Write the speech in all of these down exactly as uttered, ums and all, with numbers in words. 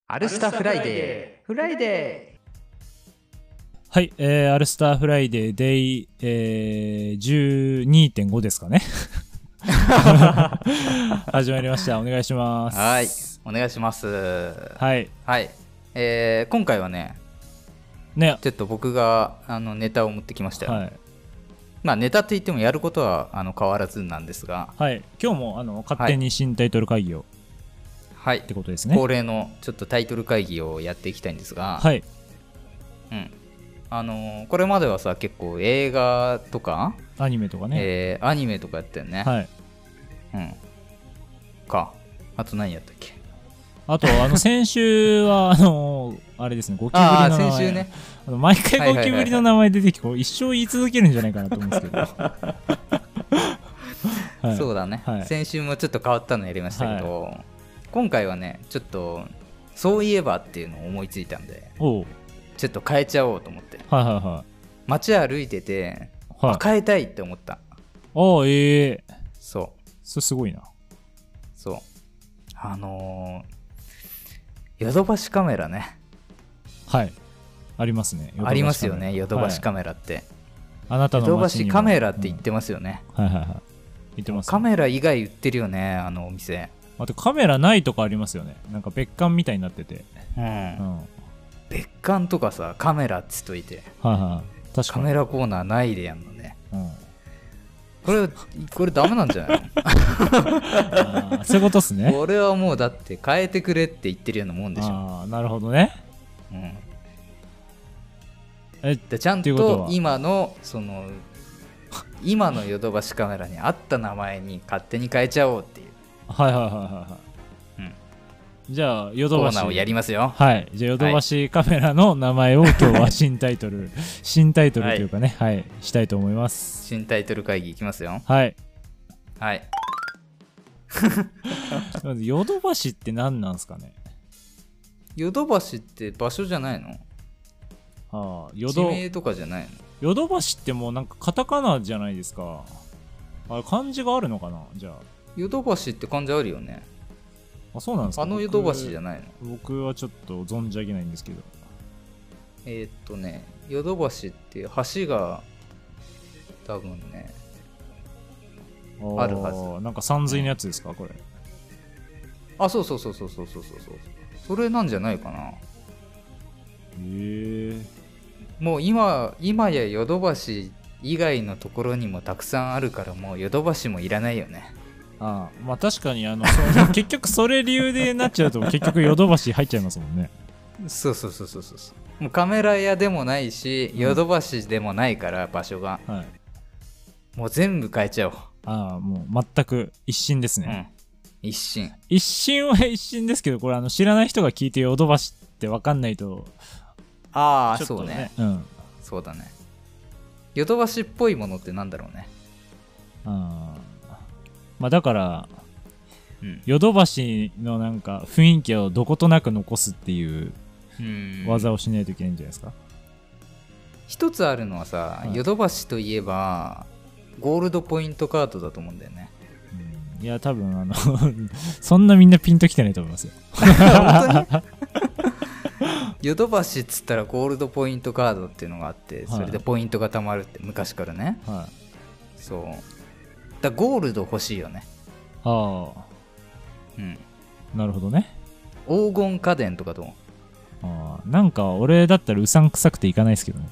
アルスタフライデーフライデーはい、えー、アルスターフライデーデイ、えー、じゅうにてんご ですかね始まりました。お願いします。 はい、お願いします。 はいはい、えー、今回はねねちょっと僕があのネタを持ってきましたよ。 はい、 まあネタって言ってもやることはあの変わらずなんですが、 はい、今日もあの勝手に新タイトル会議を、 はい、 ってことですね。 恒例のちょっとタイトル会議をやっていきたいんですが、 はい、 うんあのー、これまではさ結構映画とかアニメとかね、 えー、アニメとかやったよね。 はい、 うんかあと何やったっけ。 あとあの先週はあのあれですね、ゴキブリの名前。 あ先週ね、 あの毎回ゴキブリの名前出てきて、一生言い続けるんじゃないかなと思うんですけどはい、 そうだね、はい、先週もちょっと変わったのやりましたけど、はい、今回はねちょっとそういえばっていうのを思いついたんで、 おうちょっと変えちゃおうと思って、 はいはいはい、 街歩いてて、 はい、 変えたいって思った。 おーええー、 そうそれすごいな。 そうあのー、ヨドバシカメラね。 はいありますね。 ありますよねヨドバシカメラって、はい、 あなたのヨドバシカメラって言ってますよね、 うん、はいはいはい言ってます、ね、 カメラ以外売ってるよねあのお店。 あとカメラないとかありますよね。なんか別館みたいになってて、 うん、うん、別館とかさカメラっつっといて、 はいはい、確かにカメラコーナーないでやんのね、 うん、 これこれダメなんじゃないのあそういうことっすね。 俺はもうだって変えてくれって言ってるようなもんでしょ。 あなるほどね、 うん、 えでちゃんと今のその今のヨドバシカメラに合った名前に勝手に変えちゃおうっていう、 はいはいはいはいはい、うん、じゃあヨドバシコーナーをやりますよ。 はいじゃあヨドバシカメラの名前を今日は新タイトル新タイトルというかね、はい、はい、したいと思います。 新タイトル会議いきますよ。 はいはいまずヨドバシって何なんすかね。 ヨドバシって場所じゃないの？ ああ、ヨド地名とかじゃないの？ ヨドバシってもうなんかカタカナじゃないですか。あれ漢字があるのかな。じゃあヨドバシって漢字あるよね。 あ、そうなんですか。 あのヨドバシじゃないの？ 僕はちょっと存じ上げないんですけど。 えー、っとねヨドバシって橋が多分ねあるはず。 なんか山水のやつですかこれ。 あ、そうそうそうそうそうそうそうそう、それなんじゃないかな。へえ。 もう今今やヨドバシ以外のところにもたくさんあるからもうヨドバシもいらないよね。 ああ、まあ確かにあの結局それ理由でなっちゃうと結局ヨドバシ入っちゃいますもんね。 そうそうそうそうそう、もうカメラ屋でもないし、うん、ヨドバシでもないから場所が、はい、もう全部変えちゃおう。 ああ、もう全く一新ですね、 うん、一新一新は一新ですけど、これあの知らない人が聞いてヨドバシって分かんないと。 ああ、そうね、 うん、 そうだね。ヨドバシっぽいものってなんだろうね。 あまあだから、 うん、 ヨドバシのなんか雰囲気をどことなく残すっていう技をしないといけないんじゃないですか。 一つあるのはさ、ヨドバシといえばゴールドポイントカードだと思うんだよね。 うん、いや多分あのそんなみんなピンときてないと思いますよ本当にヨドバシっつったらゴールドポイントカードっていうのがあって、それでポイントが貯まるって昔からね、はい、そうだゴールド欲しいよね。 ああ、うん、なるほどね。 黄金家電とかどう？ ああ、なんか俺だったらうさんくさくていかないですけどね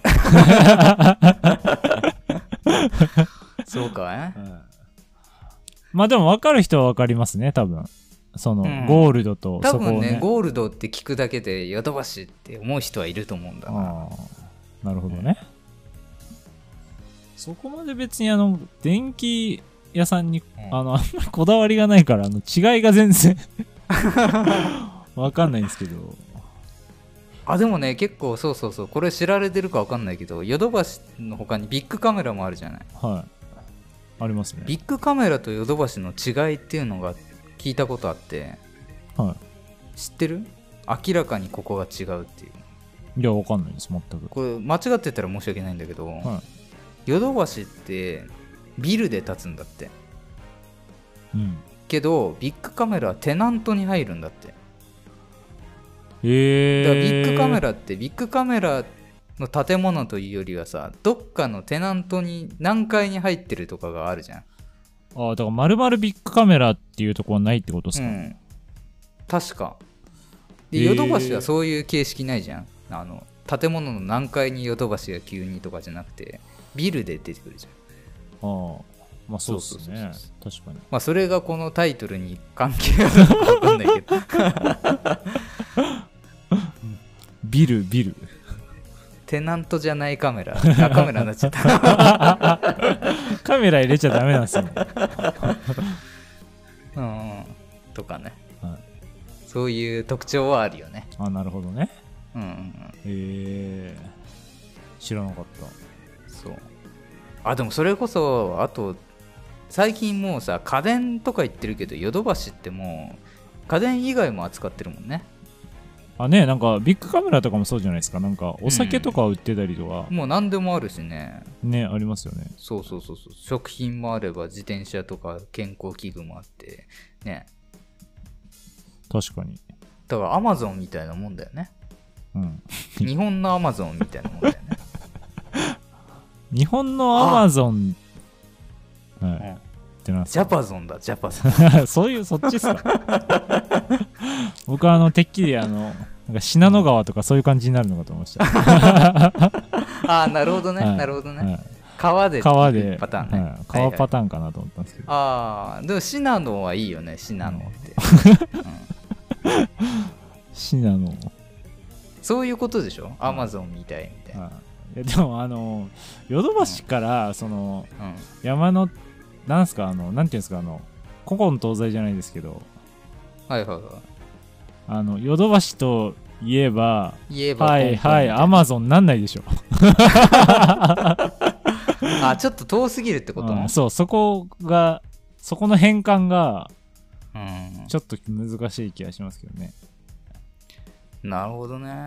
そうかい、うん、 まあでも分かる人は分かりますね多分。その、うん、ゴールドとそこを、ね、 多分ねゴールドって聞くだけでヨドバシって思う人はいると思うんだな。 あなるほどね、うん、そこまで別にあの電気屋さんに、うん、あのあんまりこだわりがないからあの違いが全然分かんないんですけど。 あでもね結構そうそうそう、これ知られてるか分かんないけどヨドバシの他にビッグカメラもあるじゃない。 はいありますね。 ビッグカメラとヨドバシの違いっていうのが聞いたことあって、はい、知ってる？明らかにここが違うっていう。 いや分かんないです全く。 これ間違ってたら申し訳ないんだけど、はい、ヨドバシってビルで建つんだって、うん、けどビッグカメラはテナントに入るんだって。 へえ。 だからビッグカメラってビッグカメラの建物というよりはさ、どっかのテナントに何階に入ってるとかがあるじゃん。 ああ、だから丸々ビッグカメラっていうところはないってことですか？ うん、確かでヨドバシはそういう形式ないじゃん。あの建物の何階にヨドバシが急にとかじゃなくてビルで出てくるじゃん。 ああ、まあそうっすね。確かに。 まあそれがこのタイトルに関係あるのか分かんないけどビルビルテナントじゃないカメラ。あ、カメラになっちゃったカメラ入れちゃダメなんですよねうん、とかね、 はい、 そういう特徴はあるよね。 あ、なるほどね。 うんうんうん。 へえ、知らなかった。 そう。あ、でもそれこそあと最近もうさ、家電とか言ってるけどヨドバシってもう家電以外も扱ってるもんね。 あね、なんかビッグカメラとかもそうじゃないですか。なんかお酒とか売ってたりとか、 うん、もう何でもあるしね。 ね、ありますよね。 そうそうそうそう。食品もあれば自転車とか健康器具もあってね。 確かに。 だからアマゾンみたいなもんだよね。 うん。 日本のアマゾンみたいなもんだよね。 日本のアマゾン、はい、うん、ってなんすか？ ジャパゾンだ、ジャパゾン。そういう、そっちっすか？僕はあのてっきりあのなんか信濃川とかそういう感じになるのかと思いましたああ、なるほどね、はい、なるほどね、はい、川で川でパターンね、 はい、川パターンかなと思ったんですけど、 はいはい、ああ、でも信濃はいいよね、信濃って、うん、 信濃そういうことでしょ、アマゾンみたいみたいな、はい、 いやでもあのヨドバシからその、 うん、 山のなんすか、あのなんていうんですか、あの古今東西じゃないですけど、 はいはいはい、 あのヨドバシといえば言えばはいはいアマゾンなんないでしょあ、ちょっと遠すぎるってこと？ うん、そう、そこがそこの変換がうんちょっと難しい気がしますけどね。 なるほどね、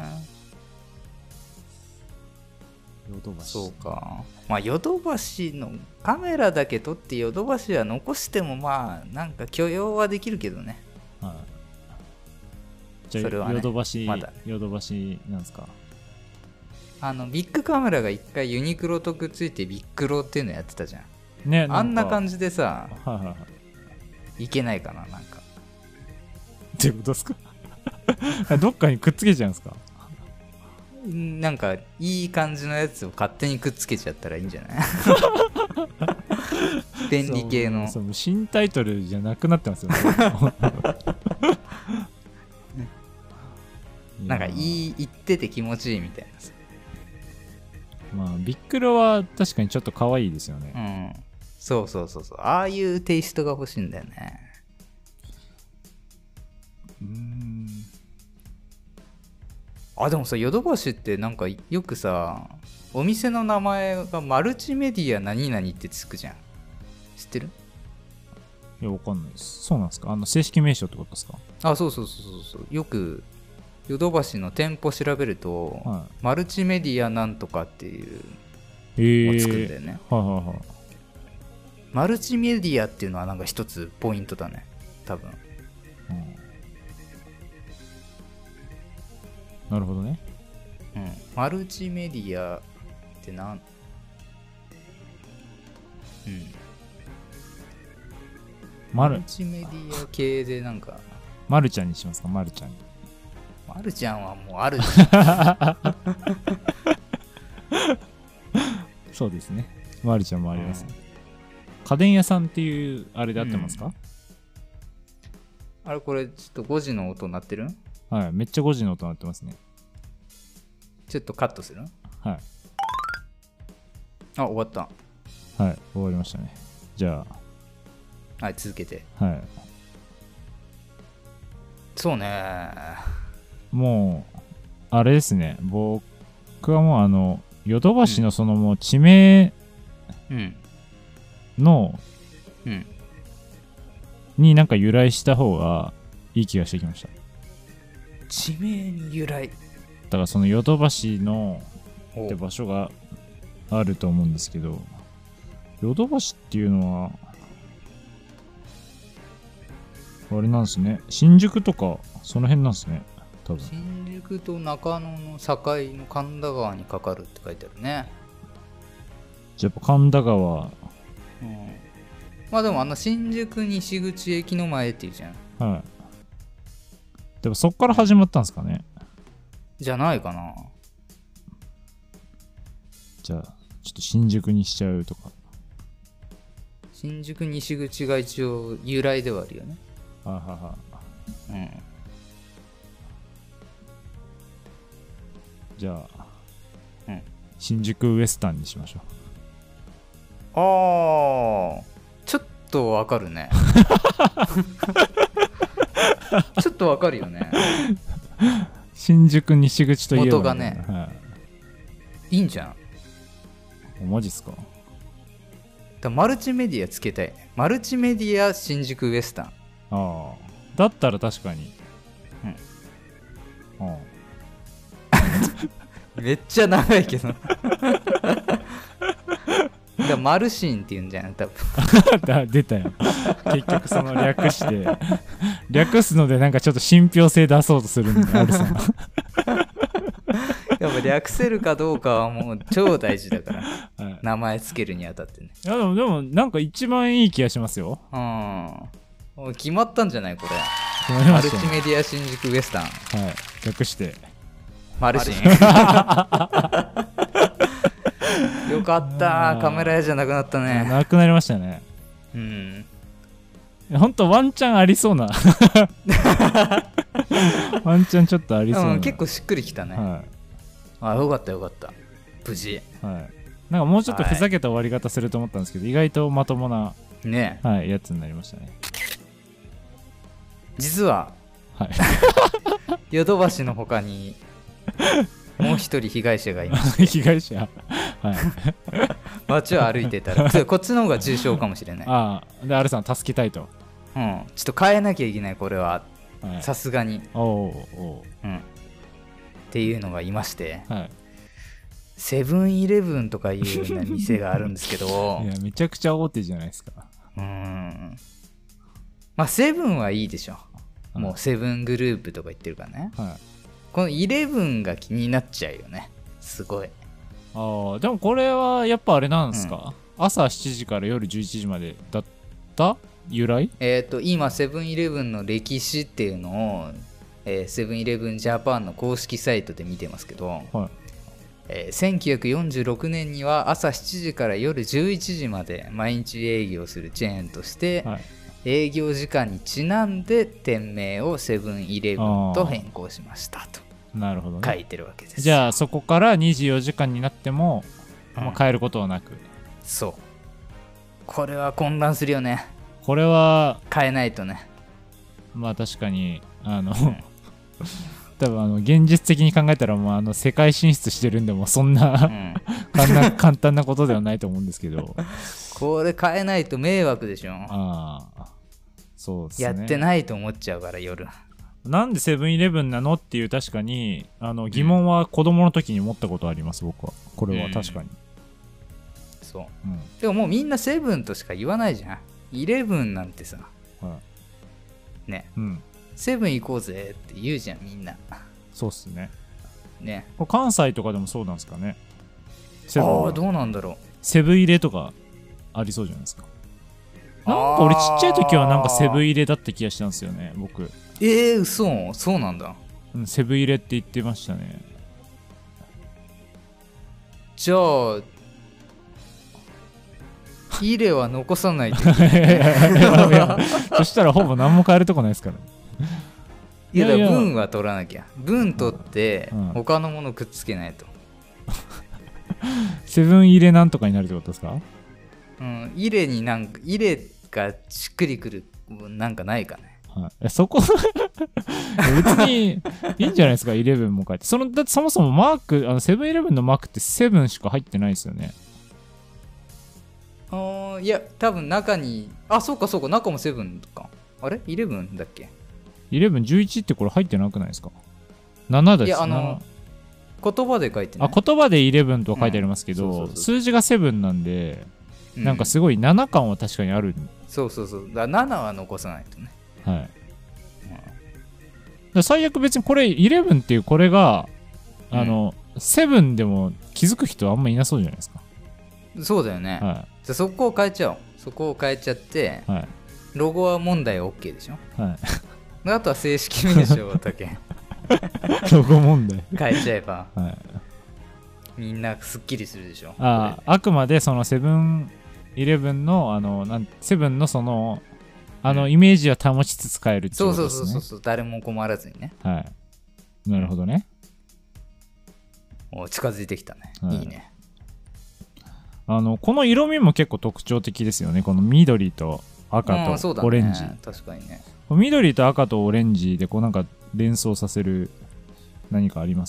うん、ヨドバシ、 そうか。まあヨドバシのカメラだけ撮ってヨドバシは残してもまあなんか許容はできるけどね。 はい、じゃあそれは、ね、ヨドバシ、まだね、ヨドバシなんですか？ あのビッグカメラが一回ユニクロとくっついてビックロっていうのやってたじゃん。 ね、 あんな感じでさ、 はいはいはい、 いけないかな、なんか。 ってことですか？どっかにくっつけちゃうんですか？ なんかいい感じのやつを勝手にくっつけちゃったらいいんじゃない？便利系の。 そう、そう、新タイトルじゃなくなってますよね。 なんかいい、言ってて気持ちいいみたいなさ。 まあビックロは確かにちょっと可愛いですよね。うん。そうそうそうそう。ああいうテイストが欲しいんだよね。 うーん。 あ、でもさ、ヨドバシってなんかよくさ、お店の名前がマルチメディア何々ってつくじゃん。知ってる？ いや、わかんないです。そうなんですか？あの正式名称ってことですか？ あ、そうそうそうそう。よくヨドバシの店舗調べると、はい、マルチメディアなんとかっていうのをつくんだよね。 はいはいはい。 マルチメディアっていうのはなんか一つポイントだね、多分。うん、 なるほどね。 うん。マルチメディアってなん、うん。マルチメディア系でなんか。 マルちゃんにしますか、マルちゃんに。 マルちゃんはもうあるそうですね。マルちゃんもありますね。うん、家電屋さんっていうあれで合ってますか？うん、 あれこれちょっとごじの音鳴ってる？ はい、めっちゃごじの音鳴ってますね。 ちょっとカットする？ はい。 あ、終わった。 はい、終わりましたね。じゃあ。はい、続けて。 はい。 そうね。 もう、あれですね。僕はもうあの、ヨドバシのそのもう地名の、 うんうん、 になんか由来した方がいい気がしてきました。 地名に由来。 だからそのヨドバシのって場所があると思うんですけど、ヨドバシっていうのはあれなんですね。新宿とかその辺なんですね。 多分。 新宿と中野の境の神田川にかかるって書いてあるね。 じゃあやっぱ神田川、うん、 まあでもあの新宿西口駅の前っていうじゃん。 はい。でもそっから始まったんですかね。 じゃないかな。 じゃあちょっと新宿にしちゃうとか。 新宿西口が一応由来ではあるよね。 ははは。 うん。 じゃあ、 うん、 新宿ウエスタンにしましょう。ああ、ちょっとわかるね。ちょっとわかるよね。 新宿西口といえば、ね、 元がね、はい、いいんじゃん。 マジっすか。 だマルチメディアつけたい。マルチメディア新宿ウエスタン。 ああ、だったら確かに。うん。ああ。 めっちゃ長いけど。だマルシンって言うんじゃない多分。 だ出たよ。結局その略して略すのでなんかちょっと信憑性出そうとするんで、あるさん。 やっぱ略せるかどうかはもう超大事だから、はい、名前つけるにあたってね。 いやでもでもなんか一番いい気がしますよ。 うん。決まったんじゃないこれ。 決まりましたね。 マルチメディア新宿ウエスタン。 はい。略して。 マルシン。よかったカメラ屋じゃなくなったね。 なくなりましたね。 うん。 ほんとワンチャンありそうな。ワンチャンちょっとありそうな、 うん、結構しっくりきたね。はい、あ、よかったよかった。無事。 はい。なんかもうちょっとふざけた終わり方すると思ったんですけど、はい、意外とまともな、 ね、 はい、やつになりましたね。 実は、はい、ヨドバシの他にもう一人被害者がいました。 被害者、はい、 街を歩いてたらこっちの方が重症かもしれない。 ああ、で、アルさん助けたいと。 うん、ちょっと変えなきゃいけないこれは、さすがに。おうおう、うん、っていうのがいまして、はい、セブンイレブンとかいう、ね、店があるんですけどいやめちゃくちゃ大手じゃないですか。 うーん、まあセブンはいいでしょ、はい、もうセブングループとか言ってるからね、はい、このイレブンが気になっちゃうよね、すごい。 ああ、でもこれはやっぱあれなんですか、うん、朝しちじから夜じゅういちじまでだった由来？ えっと今セブンイレブンの歴史っていうのをセブンイレブンジャパンの公式サイトで見てますけど、はい、えー、せんきゅうひゃくよんじゅうろくねんには朝しちじから夜じゅういちじまで毎日営業するチェーンとして、はい、営業時間にちなんで店名をセブンイレブンと変更しましたと。 なるほどね、 書いてるわけです。 じゃあそこからにじゅうよじかんになっても、うん、まあ、変えることはなく。 そう、これは混乱するよね。 これは変えないとね。 まあ確かにあの、うん、多分あの現実的に考えたらもうあの世界進出してるんでもそんな、うん、簡単簡単なことではないと思うんですけどこれ変えないと迷惑でしょ。 ああ、そうですね。 やってないと思っちゃうから夜。 なんでセブンイレブンなのっていう確かにあの疑問は子供の時に持ったことあります、うん、僕は。これは確かに、うん、 そう、うん、でももうみんなセブンとしか言わないじゃん。イレブンなんてさ、はい、ね、うん、セブン行こうぜって言うじゃんみんな。 そうっすね。 ね、 関西とかでもそうなんですかね。 ああ、どうなんだろう。 セブン入れとかありそうじゃないですか。なんか俺ちっちゃい時はなんかセブン入れだって気がしたんですよね、僕。 えー、嘘、そうなんだ。 うん、セブン入れって言ってましたね。 じゃあ入れは残さないといけない。 そしたらほぼ何も変えるとこないですから。 いや、だから文は取らなきゃ。文取って他のものくっつけないと。 セブン入れなんとかになるってことですか？ うん、入れになんか入れがしっくりくるなんかないかね。 はい、そこ別にいいんじゃないですか。イレブンも書いて、そのだってそもそもマーク、あのセブンイレブンのマークってセブンしか入ってないですよね。 あ、いや多分中に、あ、そうかそうか、中もセブンか。あれイレブンだっけ？ イレブンじゅういちってこれ入ってなくないですか？ななだし。いや、あの言葉で書いてない。 あ、言葉でイレブンとは書いてありますけど、うん、そうそうそう、数字がセブンなんで、うん、なんかすごいなな感は確かにある。 そうそうそう、だからななは残さないとね。はい、 ら最悪別にこれじゅういちっていうこれがあの、うん、セブンでも気づく人あんまいなそうじゃないですか。 そうだよね、はい、じゃあそこを変えちゃおう。そこを変えちゃって、はい、ロゴは問題は OK でしょ、はい、あとは正式名称だけロゴ問題変えちゃえば、はい、みんなすっきりするでしょ。 ああ、あくまでそのセブンイレブンのあのなんセブンのそのあのイメージは保ちつつ変えるってことですね。 そうそうそうそう、誰も困らずにね。 はい。なるほどね。 お、近づいてきたね、はい、いいね。 あのこの色味も結構特徴的ですよね。この緑と赤とオレンジ、 ね、確かにね。 緑と赤とオレンジでこうなんか連想させる何かあります？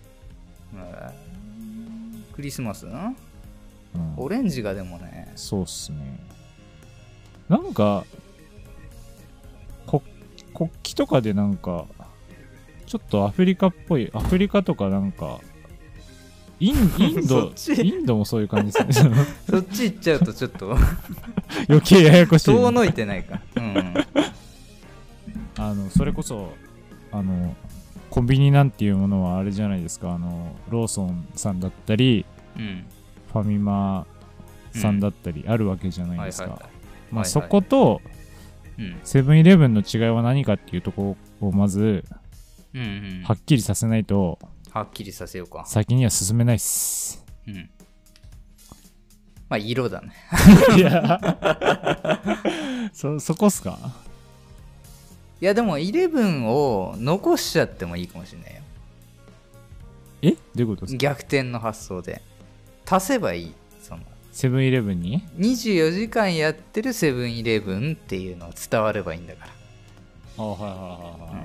クリスマス、うん、オレンジがでもね。 そうっすね。なんかこ国旗とかでなんかちょっとアフリカっぽい、アフリカとかなんかイン、インドインドもそういう感じですねそっち行っちゃうとちょっと余計ややこしい、ね、 遠のいてないか、うん、 あのそれこそあのコンビニなんていうものはあれじゃないですか。あのローソンさんだったり、うん、ファミマさんだったりあるわけじゃないですか。まあそことセブンイレブンの違いは何かっていうところをまず、うんうん、はっきりさせないと、 はっきりさせようか。 先には進めないっす。うん。 まあ色だねいやそそこっすか。 いやでもイレブンを残しちゃってもいいかもしれないよ。 え、どういうことですか？ 逆転の発想で足せばいい。そのセブンイレブンににじゅうよじかんやってるセブンイレブンっていうのを伝わればいいんだから。 あ、はいはいはいはい、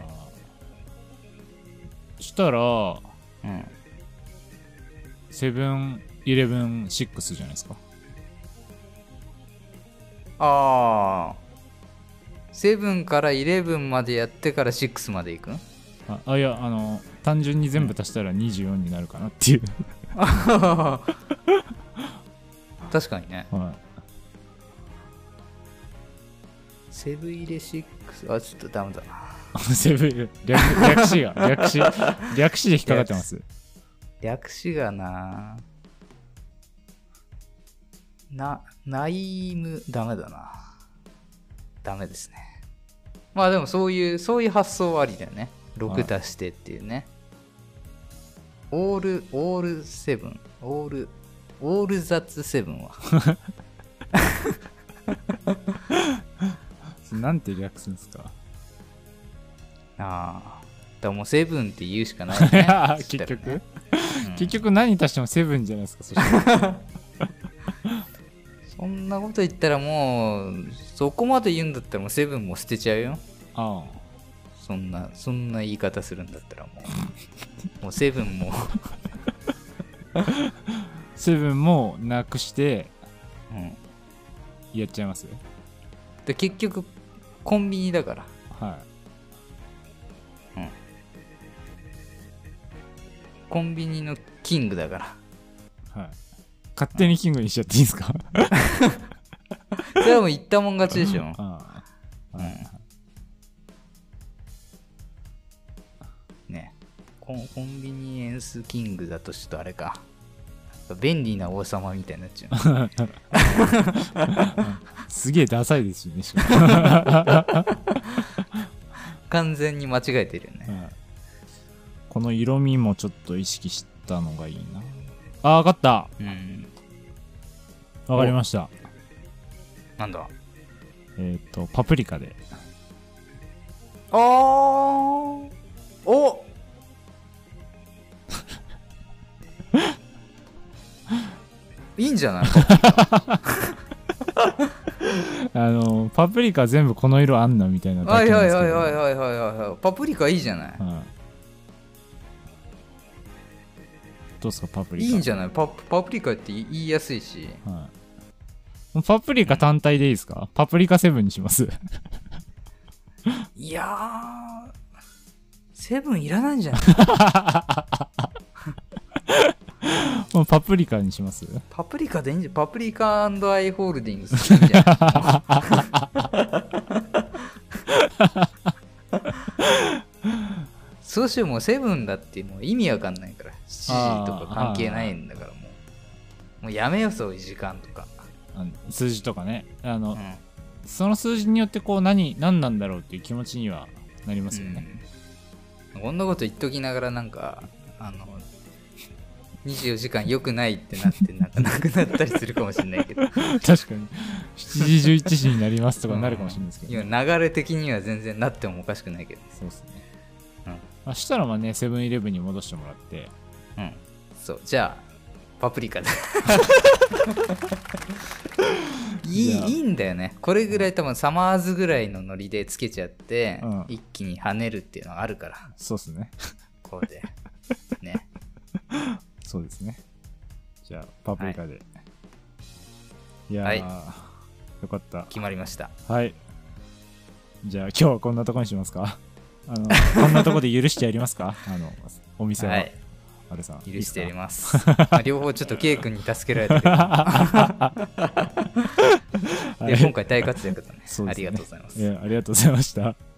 うん、したら、うん、セブンイレブンシックスじゃないですか。 ああ、セブンからイレブンまでやってからシックスまで行く？ ああ、いや、あの単純に全部足したらにじゅうよんになるかなっていう、うん、 確かにね、 はい、 セブンイレシックス、あ、ちょっとダメだなセブン略略詞が略詞略詞で引っかかってます。 略詞がななナイムダメだな。ダメですね。まあでもそういうそういう発想はありだよね。ろく足してっていうね。オールオールセブンオールオールザッツセブンはなんて略すんですか。 ああ、だからもうセブンって言うしかないね結局、ね、うん、結局何足してもセブンじゃないですか。そしたそんなこと言ったらもうそこまで言うんだったらもうセブンも捨てちゃうよ。ああ、そんなそんな言い方するんだったらもうもうセブンもセブンもなくしてやっちゃいます。 で結局コンビニだから。はい、うん、コンビニのキングだから。はい、 勝手にキングにしちゃっていいですか？ それはもう言ったもん勝ちでしょ。ああ、うん、ね、コン、コンビニエンスキングだとちょっとあれか、便利な王様みたいになっちゃう。 すげえダサいですよね。しかも完全に間違えてるよね、うん、 この色味もちょっと意識したのがいいな。あ、分かった、うん、分かりました。 なんだ。 えっ、ー、とパプリカで。 あーおいいんじゃないあのパプリカ全部この色あんなみたいなだけなんですけど。 はいはいはいはいはいはい。パプリカいいじゃない、はい、 どうですかパプリカ。 いいんじゃない。 パ, パプリカって言いやすいし、はい、 パプリカ単体でいいですか、うん、パプリカセブンにしますいやーセブンいらないんじゃないもうパプリカにします。 パプリカでいいんじゃん。パプリカ&アイ・ホールディングスでいいんじゃない年もうセブンだってもう意味わかんないから、しちじとか関係ないんだから、もうもうやめよ、そういう時間とか、 あの数字とかね、あの、うん、その数字によってこう何何なんだろうっていう気持ちにはなりますよね、 うん、こんなこと言っときながらなんかあのにじゅうよじかん良くないってなってなんかなくなったりするかもしれないけど確かにしちじじゅういちじになりますとかなるかもしれないですけど、ね、 今流れ的には全然なってもおかしくないけど、 そうですね、うん、まあ、したらまあねセブンイレブンに戻してもらって、 うん、そうじゃあパプリカでいい, いいんだよね、これぐらい多分サマーズぐらいのノリでつけちゃって、うん、一気に跳ねるっていうのがあるから、 そうですね、 こうでねそうですね。じゃあパプリカで、はい、いやー、はい、よかった、 決まりました。 はい、じゃあ今日はこんなとこにしますか。あのこんなとこで許してやりますか。あのお店は、はい、あれさん許してやります。まあ、両方ちょっと K 君に助けられたけど、はい、今回大活躍だね。ありがとうございます。 いや、ありがとうございました。